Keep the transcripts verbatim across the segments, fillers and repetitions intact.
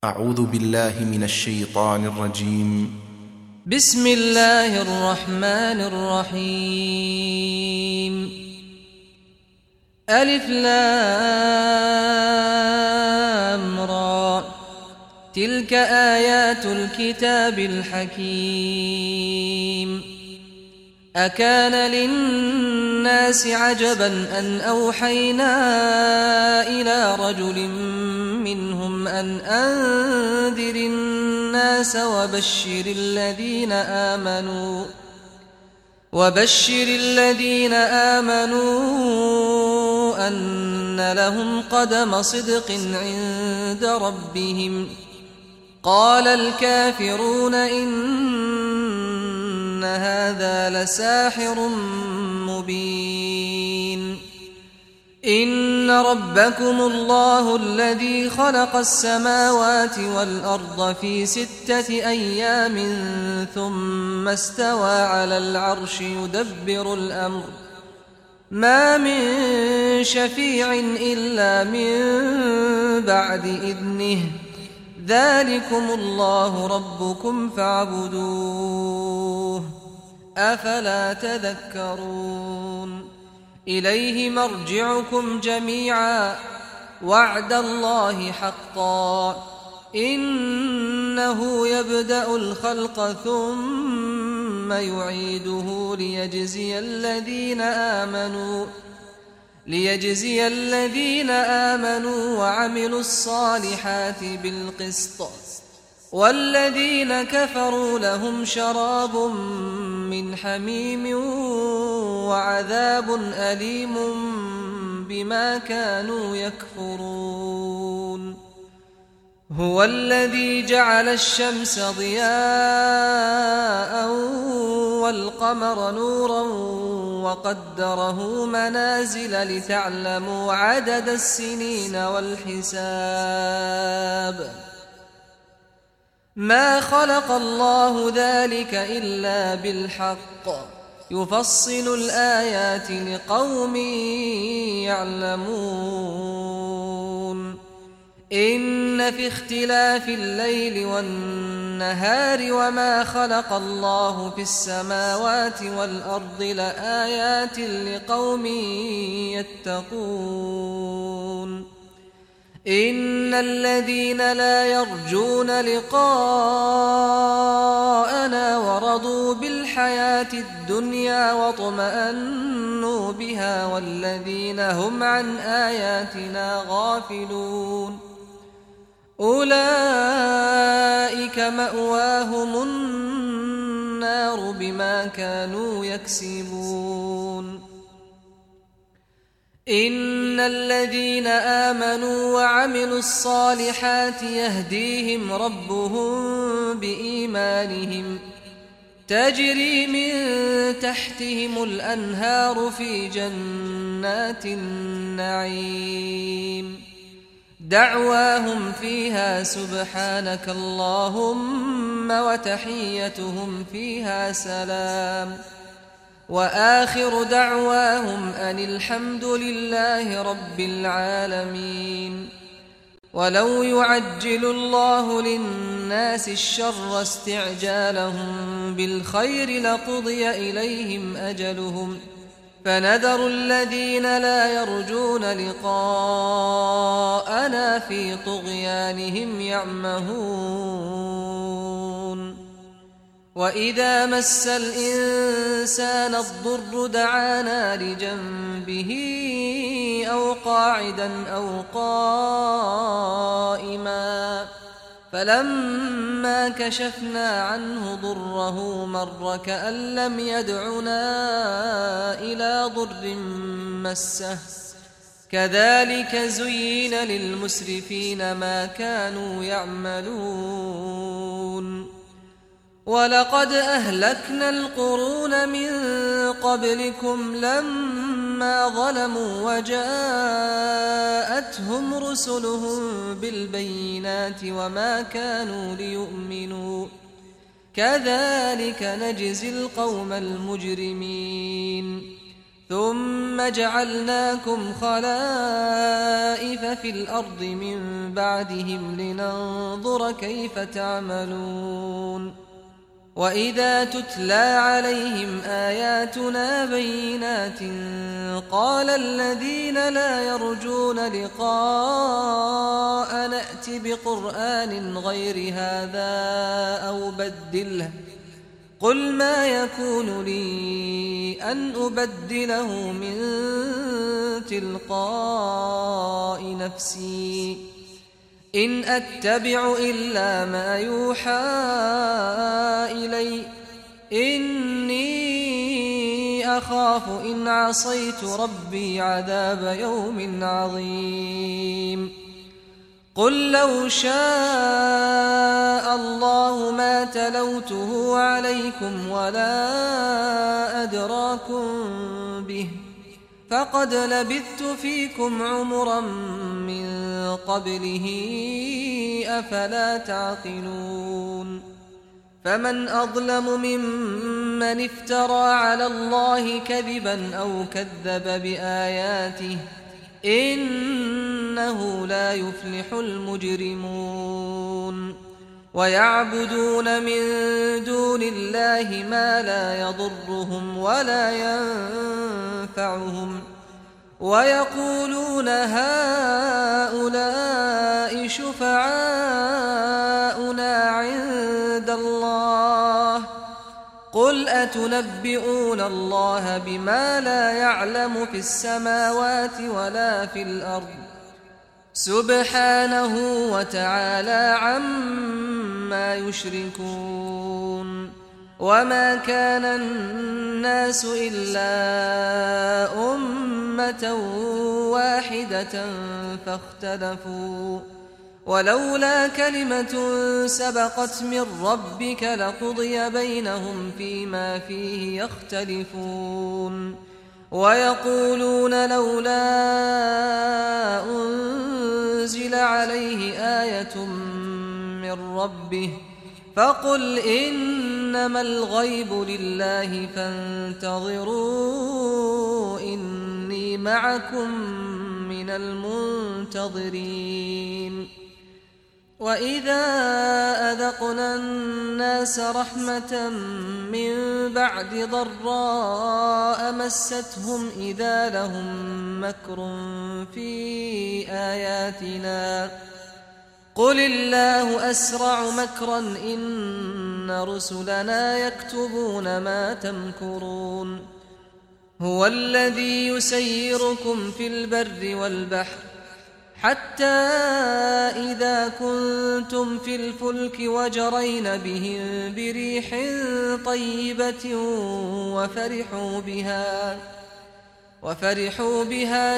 أعوذ بالله من الشيطان الرجيم. بسم الله الرحمن الرحيم. ألف لام را، تلك آيات الكتاب الحكيم. أكان للناس عجبا أن أوحينا إلى رجل منهم أن أنذر الناس وبشر الذين آمنوا وبشر الذين آمنوا أن لهم قدم صدق عند ربهم. قال الكافرون إن هذا لساحر مبين. إن ربكم الله الذي خلق السماوات والأرض في ستة أيام ثم استوى على العرش يدبر الأمر، ما من شفيع إلا من بعد إذنه، ذلكم الله ربكم فاعبدوه، أفلا تذكرون. إليه مرجعكم جميعا، وعد الله حقا، إنه يبدأ الخلق ثم يعيده ليجزي الذين آمنوا ليجزي الذين آمنوا وعملوا الصالحات بالقسط، والذين كفروا لهم شراب من حميم وعذاب أليم بما كانوا يكفرون. هو الذي جعل الشمس ضياء والقمر نورا وقدره منازل لتعلموا عدد السنين والحساب، ما خلق الله ذلك إلا بالحق، يفصل الآيات لقوم يعلمون. إن في اختلاف الليل والنهار وما خلق الله في السماوات والأرض لآيات لقوم يتقون. إن الذين لا يرجون لقاءنا ورضوا بالحياة الدنيا واطمأنوا بها والذين هم عن آياتنا غافلون، أولئك مأواهم النار بما كانوا يكسبون. إن الذين آمنوا وعملوا الصالحات يهديهم ربهم بإيمانهم، تجري من تحتهم الأنهار في جنات النعيم، دعواهم فيها سبحانك اللهم وتحيتهم فيها سلام، وآخر دعواهم أن الحمد لله رب العالمين. ولو يعجل الله للناس الشر استعجالهم بالخير لقضي إليهم أجلهم، فنذر الذين لا يرجون لقاءنا في طغيانهم يعمهون. وإذا مس الإنسان الضر دعانا لجنبه أو قاعدا أو قائما، فلما كشفنا عنه ضره مر كأن لم يدعنا إلى ضر مسه، كذلك زين للمسرفين ما كانوا يعملون. ولقد أهلكنا القرون من قبلكم لما ظلموا وجاءتهم رسلهم بالبينات وما كانوا ليؤمنوا، كذلك نجزي القوم المجرمين. ثم جعلناكم خلائف في الأرض من بعدهم لننظر كيف تعملون وإذا تتلى عليهم آياتنا بينات قال الذين لا يرجون لقاء نأت بقرآن غير هذا أو بدله قل ما يكون لي أن أبدله من تلقاء نفسي إن أتبع إلا ما يوحى إلي إني أخاف إن عصيت ربي عذاب يوم عظيم قل لو شاء الله ما تلوته عليكم ولا أدراكم به فقد لبثت فيكم عمرا من قبله أفلا تعقلون فمن أظلم ممن افترى على الله كذبا أو كذب بآياته إنه لا يفلح المجرمون ويعبدون من دون الله ما لا يضرهم ولا ينفعهم ويقولون هؤلاء شفعاؤنا عند الله قل أتنبئون الله بما لا يعلم في السماوات ولا في الأرض سبحانه وتعالى عما يشركون وما كان الناس إلا أمة واحدة فاختلفوا ولولا كلمة سبقت من ربك لقضي بينهم فيما فيه يختلفون ويقولون لولا أنزل عليه آية من ربه فقل إنما الغيب لله فانتظروا إني معكم من المنتظرين وإذا أذقنا الناس رحمة من بعد ضراء مستهم إذا لهم مكر في آياتنا قل الله أسرع مكرا إن رسلنا يكتبون ما تمكرون هو الذي يسيركم في البر والبحر حتى إذا كنتم في الفلك وجرين بهم بريح طيبة وفرحوا بها وفرحوا بها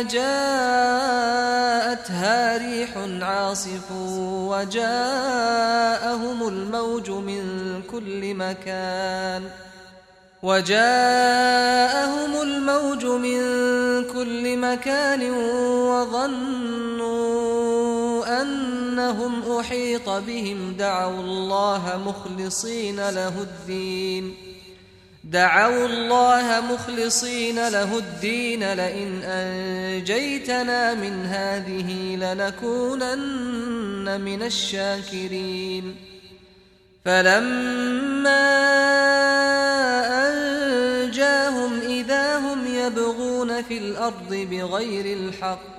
جاءتها ريح عاصف وجاءهم الموج من كل مكان وجاءهم الموج من كل مكان وظنوا أنهم أحيط بهم دعوا الله مخلصين له الدين دعوا الله مخلصين له الدين لئن أنجيتنا من هذه لنكونن من الشاكرين فلما أنجاهم إذا هم يبغون في الأرض بغير الحق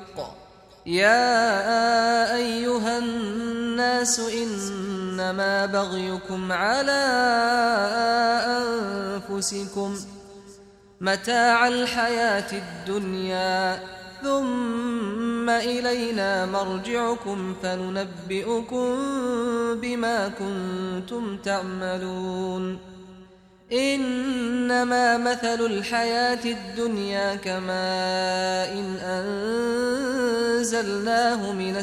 يا أيها الناس إنما بغيكم على أنفسكم متاع الحياة الدنيا ثم إلينا مرجعكم فننبئكم بما كنتم تعملون إنما مثل الحياة الدنيا كماء إن أنزلناه من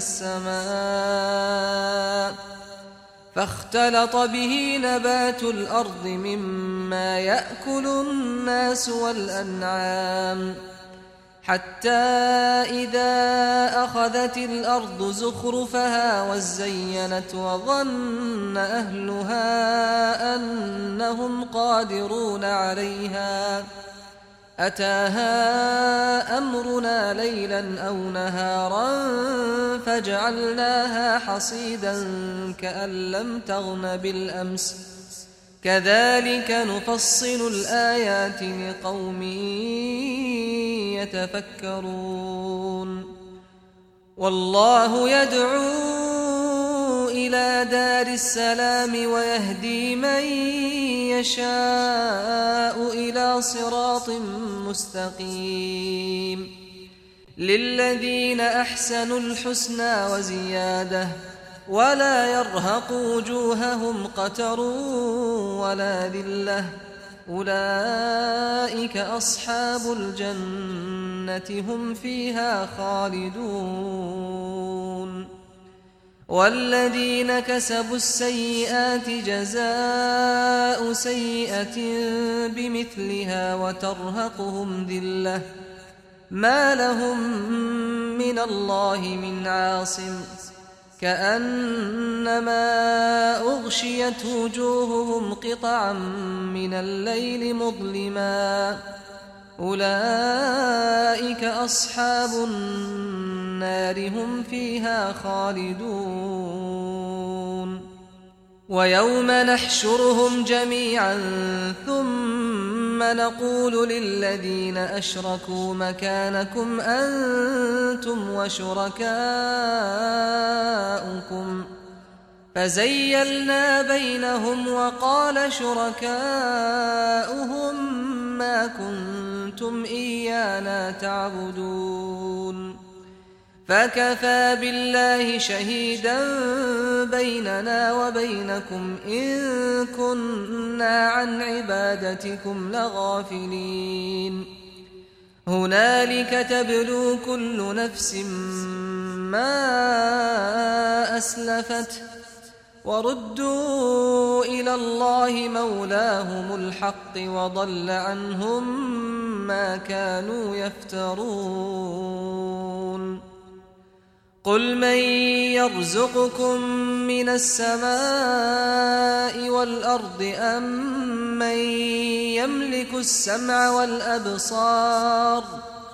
السماء فاختلط به نبات الأرض مما يأكل الناس والأنعام حتى إذا أخذت الأرض زخرفها وزينت وظن أهلها أنهم قادرون عليها أتاها أمرنا ليلا أو نهارا فجعلناها حصيدا كأن لم تغن بالأمس كذلك نفصل الآيات لقوم يتفكرون والله يدعو إلى دار السلام ويهدي من يشاء إلى صراط مستقيم للذين أحسنوا الحسنى وزيادة ولا يرهق وجوههم قتر ولا ذلة أولئك أصحاب الجنة هم فيها خالدون والذين كسبوا السيئات جزاء سيئة بمثلها وترهقهم ذلة ما لهم من الله من عاصم كأنما أغشيت وجوههم قطعا من الليل مظلما أولئك أصحاب النار هم فيها خالدون ويوم نحشرهم جميعا ثم نقول للذين أشركوا مكانكم أنتم وشركاؤكم فزيلنا بينهم وقال شركاؤهم ما كنتم إيانا تعبدون فكفى بالله شهيدا بيننا وبينكم إن كنا عن عبادتكم لغافلين هنالك تبلو كل نفس ما أسلفت وردوا إلى الله مولاهم الحق وضل عنهم ما كانوا يفترون قل من يرزقكم من السماء والأرض أم من يملك السمع والأبصار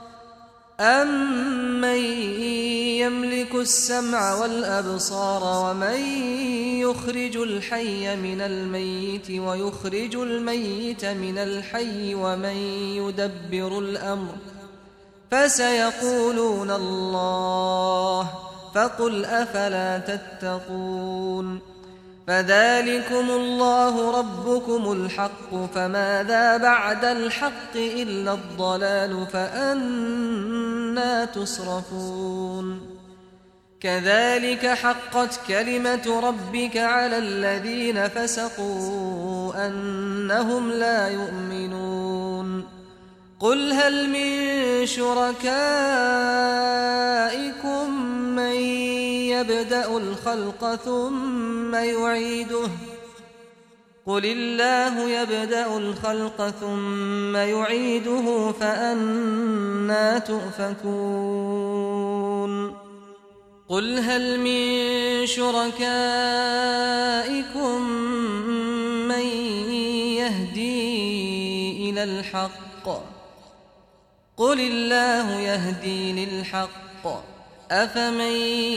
أَمَّن يَمْلِكُ السَّمْعَ وَالْأَبْصَارَ وَمَن يُخْرِجُ الْحَيَّ مِنَ الْمَيِّتِ وَيُخْرِجُ الْمَيِّتَ مِنَ الْحَيِّ وَمَن يُدَبِّرُ الْأَمْرَ فَسَيَقُولُونَ اللَّهُ فَقُلْ أَفَلَا تَتَّقُونَ فذلكم الله ربكم الحق فماذا بعد الحق إلا الضلال فأنى تصرفون كذلك حقت كلمة ربك على الذين فسقوا أنهم لا يؤمنون قل هل من شركائكم من يبدأ الخلق ثم يعيده قل الله يبدأ الخلق ثم يعيده فأنى تؤفكون قل هل من شركائكم من يهدي إلى الحق قل الله يهدي للحق أفمن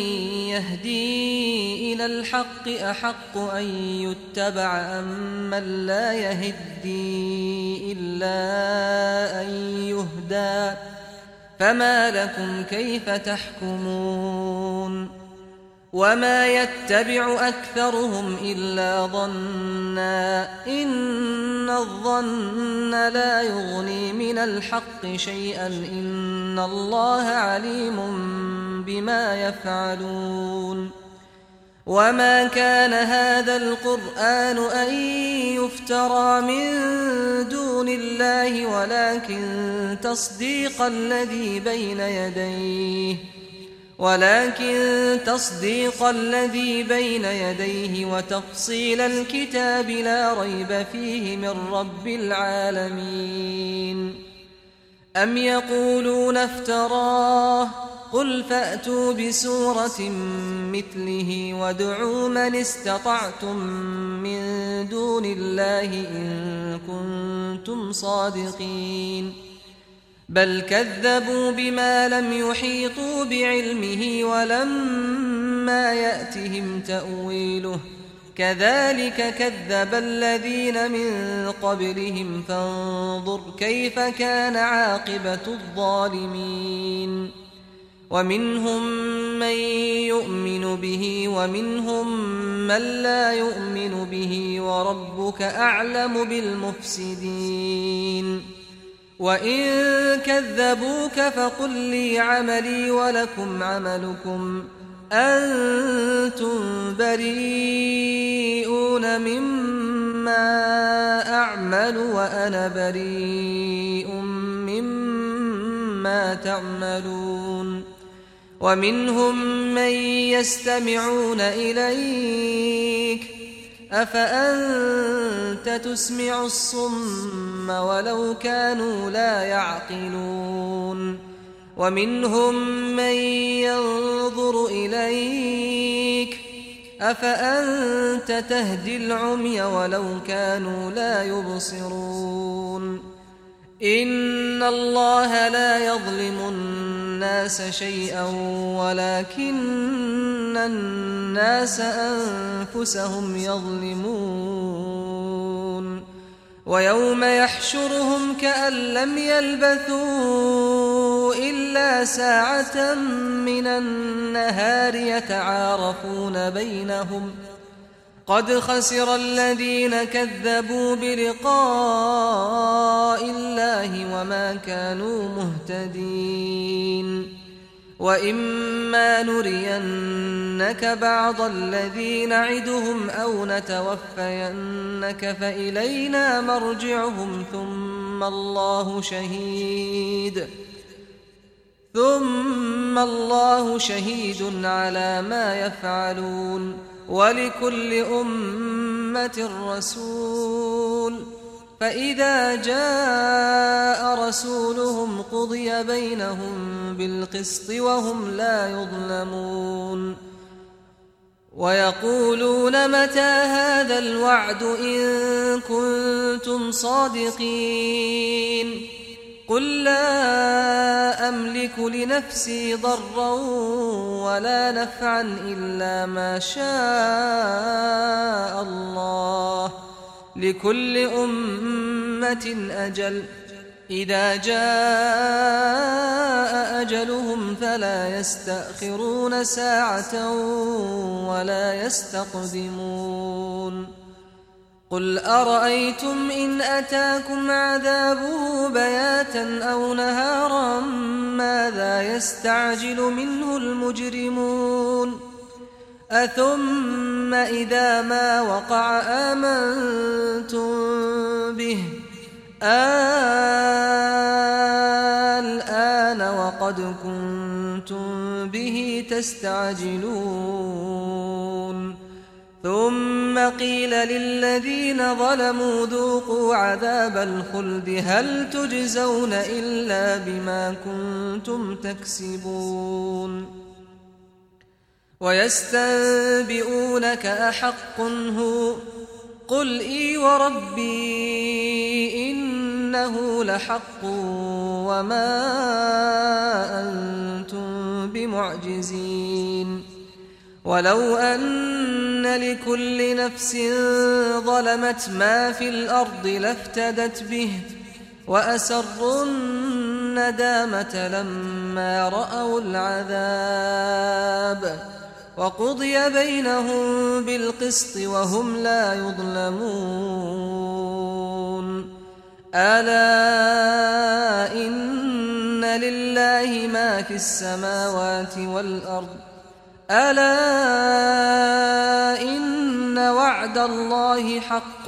يهدي إلى الحق أحق أن يتبع أم من لا يهدي إلا أن يهدى فما لكم كيف تحكمون وما يتبع أكثرهم إلا ظنا إن الظن لا يغني من الحق شيئا إن الله عليم بما يفعلون وما كان هذا القرآن أن يفترى من دون الله ولكن تصديق الذي بين يديه ولكن تصديق الذي بين يديه وتفصيل الكتاب لا ريب فيه من رب العالمين أم يقولون افتراه قل فأتوا بسورة مثله وادعوا من استطعتم من دون الله إن كنتم صادقين بل كذبوا بما لم يحيطوا بعلمه ولما يأتهم تأويله كذلك كذب الذين من قبلهم فانظر كيف كان عاقبة الظالمين ومنهم من يؤمن به ومنهم من لا يؤمن به وربك أعلم بالمفسدين وإن كذبوك فقل لي عملي ولكم عملكم أنتم بريئون مما أعمل وأنا بريء مما تعملون ومنهم من يستمعون إليك أفأنت تسمع الصم ولو كانوا لا يعقلون ومنهم من ينظر إليك أفأنت تهدي العمي ولو كانوا لا يبصرون إن الله لا يظلم الناس شيئا ولكن الناس أنفسهم يظلمون ويوم يحشرهم كأن لم يلبثوا إلا ساعة من النهار يتعارفون بينهم قد خسر الذين كذبوا بلقاء الله وما كانوا مهتدين وإما نرينك بعض الذي نعدهم أو نتوفينك فإلينا مرجعهم ثم الله شهيد ثم الله شهيد على ما يفعلون ولكل أمة رسول فإذا جاء رسولهم قضي بينهم بالقسط وهم لا يظلمون ويقولون متى هذا الوعد إن كنتم صادقين قل لا أملك لنفسي ضرا ولا نفعا إلا ما شاء الله لكل أمة أجل إذا جاء أجلهم فلا يستأخرون ساعة ولا يستقدمون قل أرأيتم إن أتاكم عذابه بياتا أو نهارا ماذا يستعجل منه المجرمون أثم إذا ما وقع آمنتم به الآن وقد كنتم به تستعجلون ثم قيل للذين ظلموا ذوقوا عذاب الخلد هل تجزون إلا بما كنتم تكسبون ويستنبئونك أحق هو قل إي وربي إنه لحق وما أنتم بمعجزين ولو أن لكل نفس ظلمت ما في الأرض لافتدت به وأسروا الندامة لما رأوا العذاب وقضي بينهم بالقسط وهم لا يظلمون ألا إن لله ما في السماوات والأرض ألا إن وعد الله حق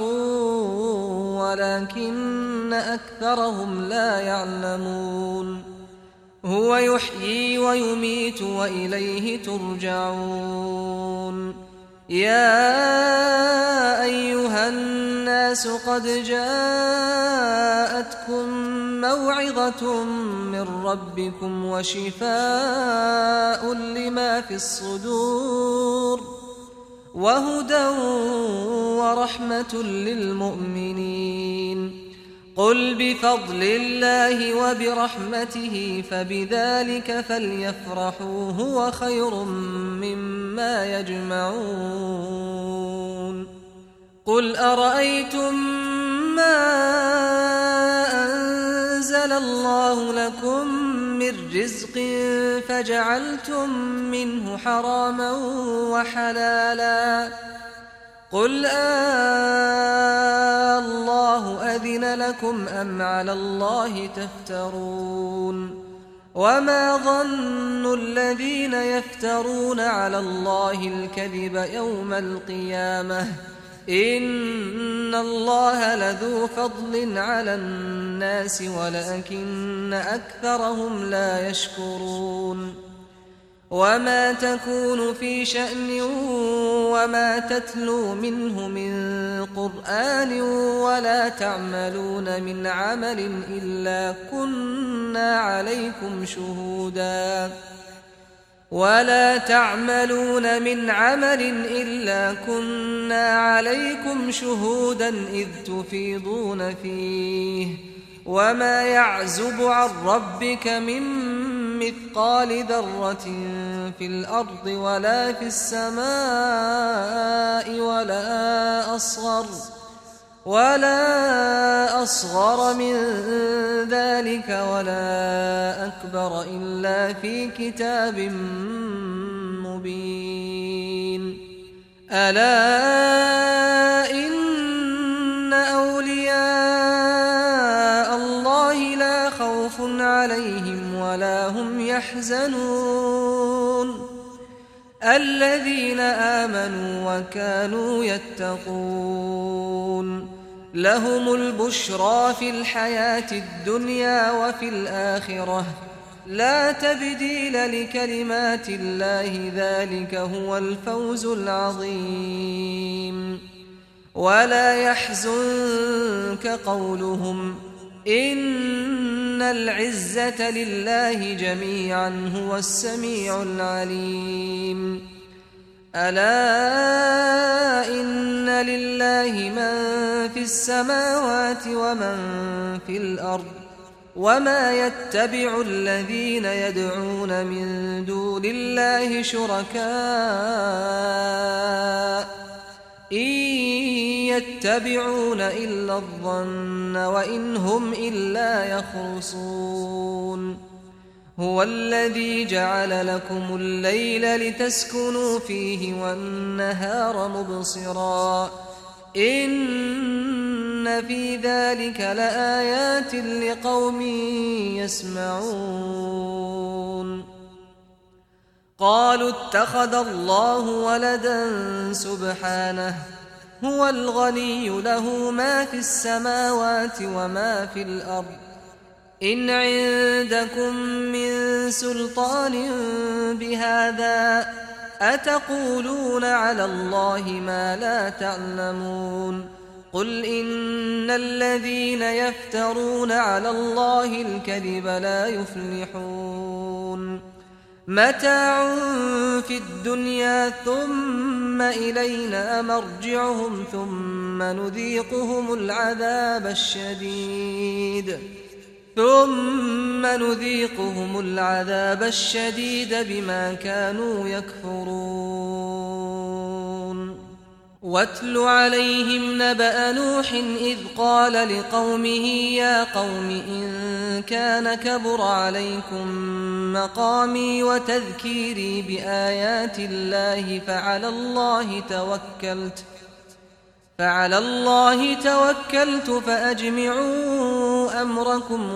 ولكن أكثرهم لا يعلمون هو يحيي ويميت وإليه ترجعون يا أيها الناس قد جاءتكم موعظة من ربكم وشفاء لما في الصدور وهدى ورحمة للمؤمنين قل بفضل الله وبرحمته فبذلك فليفرحوا هو خير مما يجمعون قل أرأيتم ما أنزل الله لكم من رزق فجعلتم منه حراما وحلالا قل آه الله أذن لكم أم على الله تفترون وما ظن الذين يفترون على الله الكذب يوم القيامة إن الله لذو فضل على الناس ولكن أكثرهم لا يشكرون وما تكون في شأن وما تتلو منه من قرآن ولا تعملون من عمل إلا كنا عليكم شهودا ولا تعملون من عمل إلا كنا عليكم شهودا إذ تفيضون فيه وما يعزب عن ربك من مثقال ذرة في الأرض ولا في السماء ولا أصغر ولا أصغر من ذلك ولا أكبر إلا في كتاب مبين ألا إن أولياء الله لا خوف عليهم ولا هم يحزنون الذين آمنوا وكانوا يتقون لهم البشرى في الحياة الدنيا وفي الآخرة لا تبديل لكلمات الله ذلك هو الفوز العظيم ولا يحزنك قولهم إن العزة لله جميعا هو السميع العليم ألا إن لله من في السماوات ومن في الأرض وما يتبع الذين يدعون من دون الله شركاء إن يتبعون إلا الظن وإن هم إلا يخرصون هو الذي جعل لكم الليل لتسكنوا فيه والنهار مبصرا إن في ذلك لآيات لقوم يسمعون قالوا اتخذ الله ولدا سبحانه هو الغني له ما في السماوات وما في الأرض إن عندكم من سلطان بهذا أتقولون على الله ما لا تعلمون قل إن الذين يفترون على الله الكذب لا يفلحون متاع في الدنيا ثم إلينا مرجعهم ثم نذيقهم العذاب الشديد ثم نذيقهم العذاب الشديد بما كانوا يكفرون واتل عليهم نبأ نوح إذ قال لقومه يا قوم إن كان كبر عليكم مقامي وتذكيري بآيات الله فعلى الله توكلت فعلى الله توكلت فأجمعوا أمركم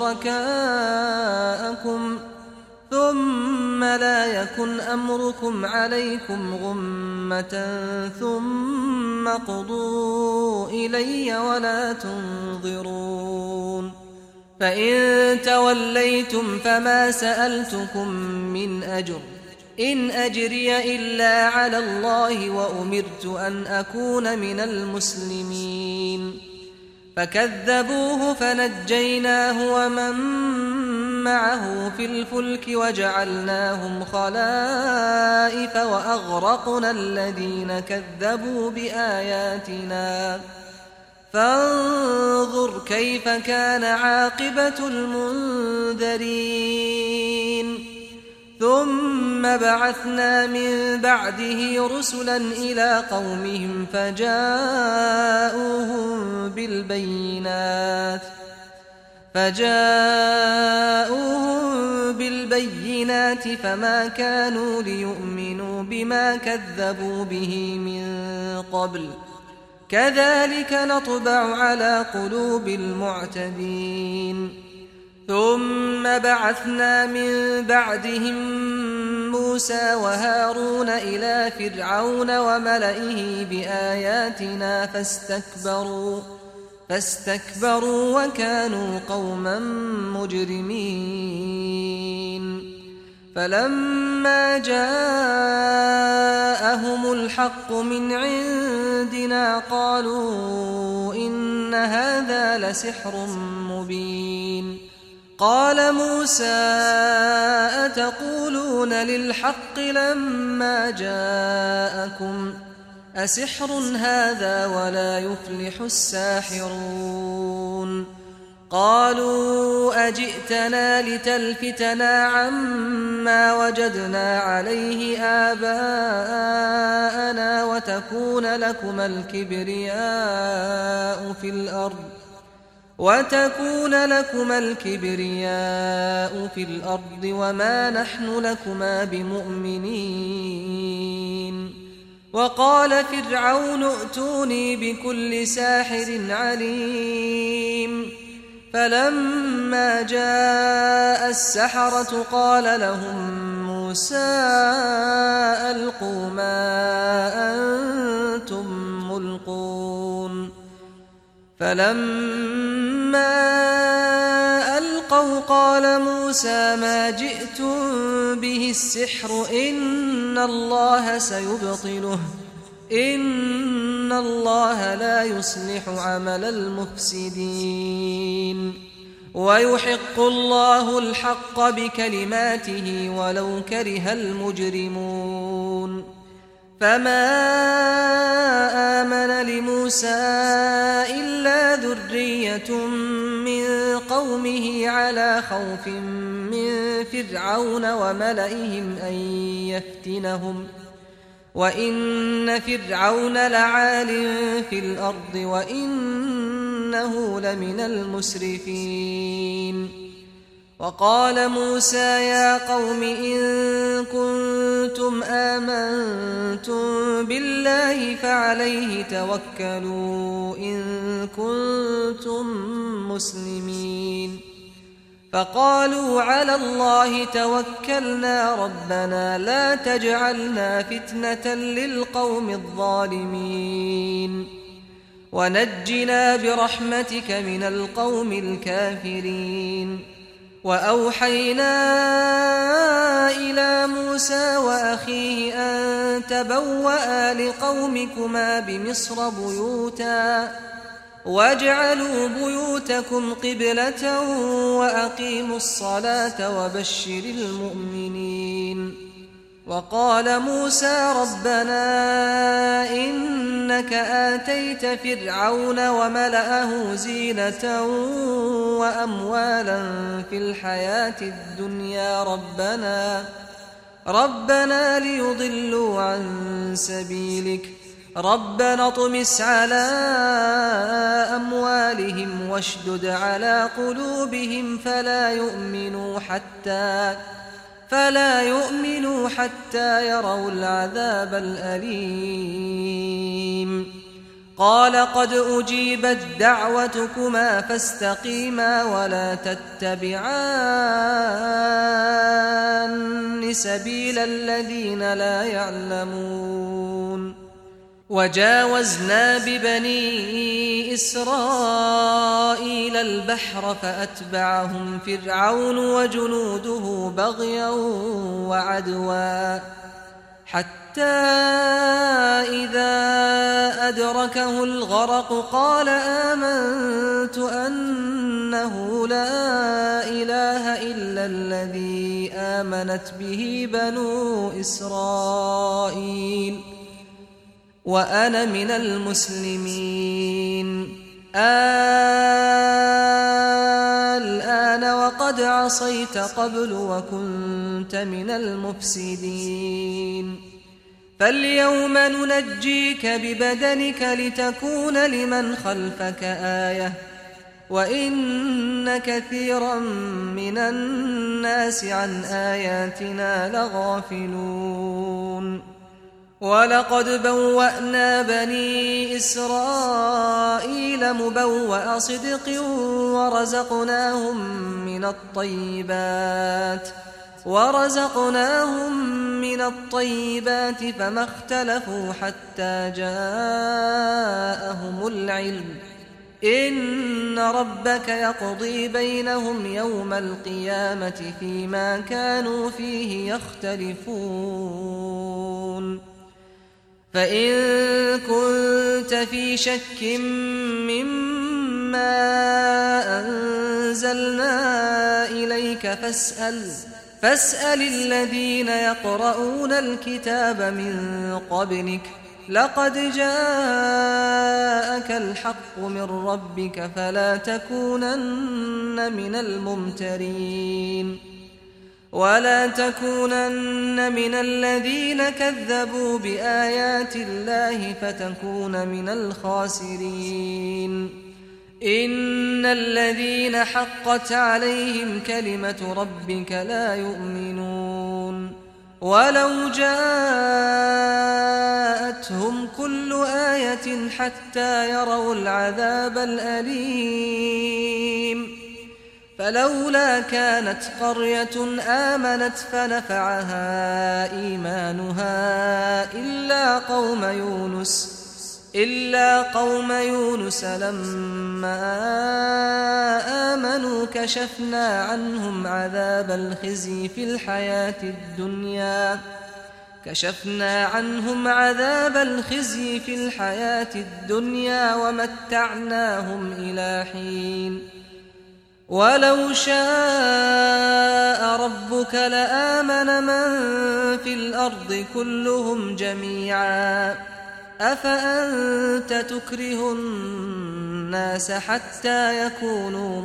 وشركاءكم ثم لا يكن أمركم عليكم غمة ثم قضوا إلي ولا تنظرون فإن توليتم فما سألتكم من أجر إن أجري إلا على الله وأمرت أن أكون من المسلمين فكذبوه فنجيناه ومن معه في الفلك وجعلناهم خلائف وأغرقنا الذين كذبوا بآياتنا فانظر كيف كان عاقبة المنذرين ثم بعثنا من بعده رسلا إلى قومهم فجاءوهم بالبينات فجاءوهم بالبينات فما كانوا ليؤمنوا بما كذبوا به من قبل كذلك نطبع على قلوب المعتدين ثم بعثنا من بعدهم موسى وهارون إلى فرعون وملئه بآياتنا فاستكبروا فاستكبروا وكانوا قوما مجرمين فلما جاءهم الحق من عندنا قالوا إن هذا لسحر مبين قال موسى أتقولون للحق لما جاءكم أسحر هذا ولا يفلح الساحرون قالوا أجئتنا لتلفتنا عما وجدنا عليه آباءنا وتكون لكما الكبرياء في الأرض وتكون لكما الكبرياء في الأرض وما نحن لكما بمؤمنين وقال فرعون ائتوني بكل ساحر عليم فلما جاء السحرة قال لهم موسى ألقوا ما أنتم ملقون فلما ألقوا قال موسى ما جئتم به السحر إن الله سيبطله إن الله لا يصلح عمل المفسدين ويحق الله الحق بكلماته ولو كره المجرمون فما آمن لموسى إلا ذرية من قومه على خوف من فرعون وملئهم أن يفتنهم وإن فرعون لعال في الأرض وإنه لمن المسرفين وقال موسى يا قوم إن كنتم آمنتم بالله فعليه توكلوا إن كنتم مسلمين فقالوا على الله توكلنا ربنا لا تجعلنا فتنة للقوم الظالمين ونجنا برحمتك من القوم الكافرين وأوحينا إلى موسى وأخيه أن تبوأ لقومكما بمصر بيوتا واجعلوا بيوتكم قبلة وأقيموا الصلاة وبشر المؤمنين وقال موسى ربنا إنك آتيت فرعون وملأه زينة وأموالا في الحياة الدنيا ربنا ربنا ليضلوا عن سبيلك ربنا اطمس على أموالهم واشدد على قلوبهم فلا يؤمنوا حتى فلا يؤمنوا حتى يروا العذاب الأليم قال قد أجيبت دعوتكما فاستقيما ولا تتبعان سبيل الذين لا يعلمون وجاوزنا ببني إسرائيل البحر فأتبعهم فرعون وجنوده بغيا وعدوا حتى إذا أدركه الغرق قال آمنت أنه لا إله إلا الذي آمنت به بنو إسرائيل وأنا من المسلمين الآن وقد عصيت قبل وكنت من المفسدين فاليوم ننجيك ببدنك لتكون لمن خلفك آية وإن كثيرا من الناس عن آياتنا لغافلون ولقد بوأنا بني إسرائيل مبوأ صدق ورزقناهم من الطيبات ورزقناهم من الطيبات فما اختلفوا حتى جاءهم العلم إن ربك يقضي بينهم يوم القيامة فيما كانوا فيه يختلفون فإن كنت في شك مما أنزلنا إليك فاسأل فاسأل الذين يقرؤون الكتاب من قبلك لقد جاءك الحق من ربك فلا تكونن من الممترين ولا تكونن من الذين كذبوا بآيات الله فتكون من الخاسرين إن الذين حقت عليهم كلمة ربك لا يؤمنون ولو جاءتهم كل آية حتى يروا العذاب الأليم فلولا كانت قرية آمنت فنفعها إيمانها إلا قوم يونس إلا قوم يونس لما آمنوا كشفنا عنهم عذاب الخزي في الحياة الدنيا كشفنا عنهم عذاب الخزي في الحياة الدنيا ومتعناهم إلى حين ولو شاء ربك لآمن من في الأرض كلهم جميعا أفأنت تكره الناس حتى يكونوا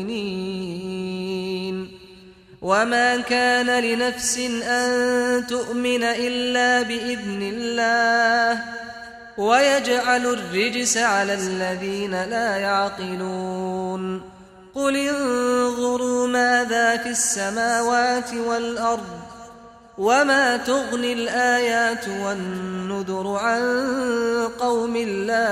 مؤمنين وما كان لنفس أن تؤمن إلا بإذن الله ويجعل الرجس على الذين لا يعقلون قل انظروا ماذا في السماوات والأرض وما تغني الآيات والنذر عن قوم لا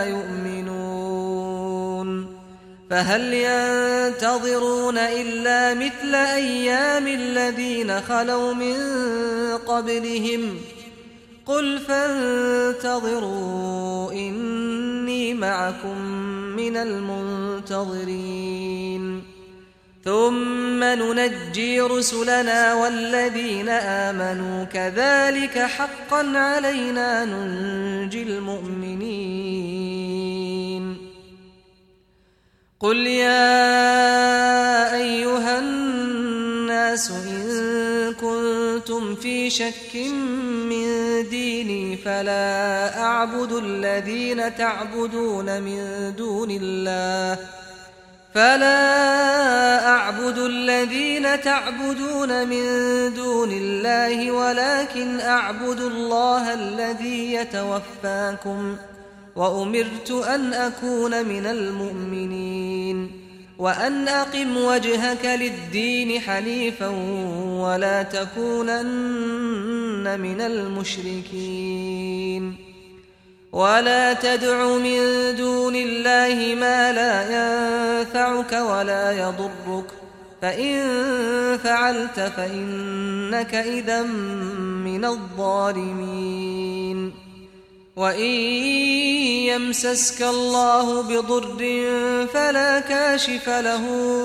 يؤمنون فهل ينتظرون إلا مثل أيام الذين خلوا من قبلهم قل فانتظروا إني معكم من المنتظرين ثم ننجي رسلنا والذين آمنوا كذلك حقا علينا ننجي المؤمنين قل يا أيها الناس إن كنتم في شك من ديني فلا أعبد الذين تعبدون من دون الله فلا أعبد الذين تعبدون من دون الله ولكن أعبد الله الذي يتوفاكم وأمرت أن أكون من المؤمنين وأن أقم وجهك للدين حنيفا ولا تكونن من المشركين ولا تدع من دون الله ما لا ينفعك ولا يضرك فإن فعلت فإنك إذا من الظالمين وإن يمسسك الله بضر فلا كاشف له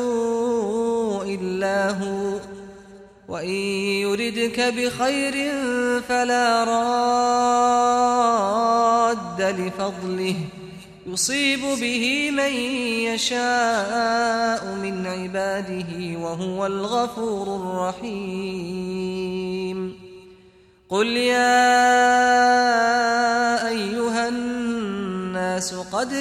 إلا هو وإن يردك بخير فلا راد لفضله يصيب به من يشاء من عباده وهو الغفور الرحيم قل يا أيها الناس الناس قد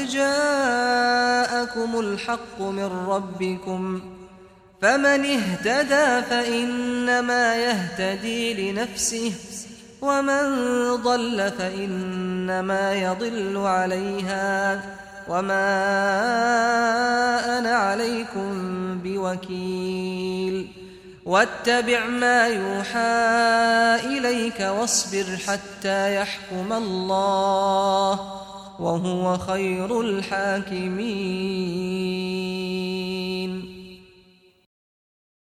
جاءكم الحق من ربكم فمن اهتدى فإنما يهتدي لنفسه ومن ضل فإنما يضل عليها وما أنا عليكم بوكيل واتبع ما يوحى إليك واصبر حتى يحكم الله وهو خير الحاكمين.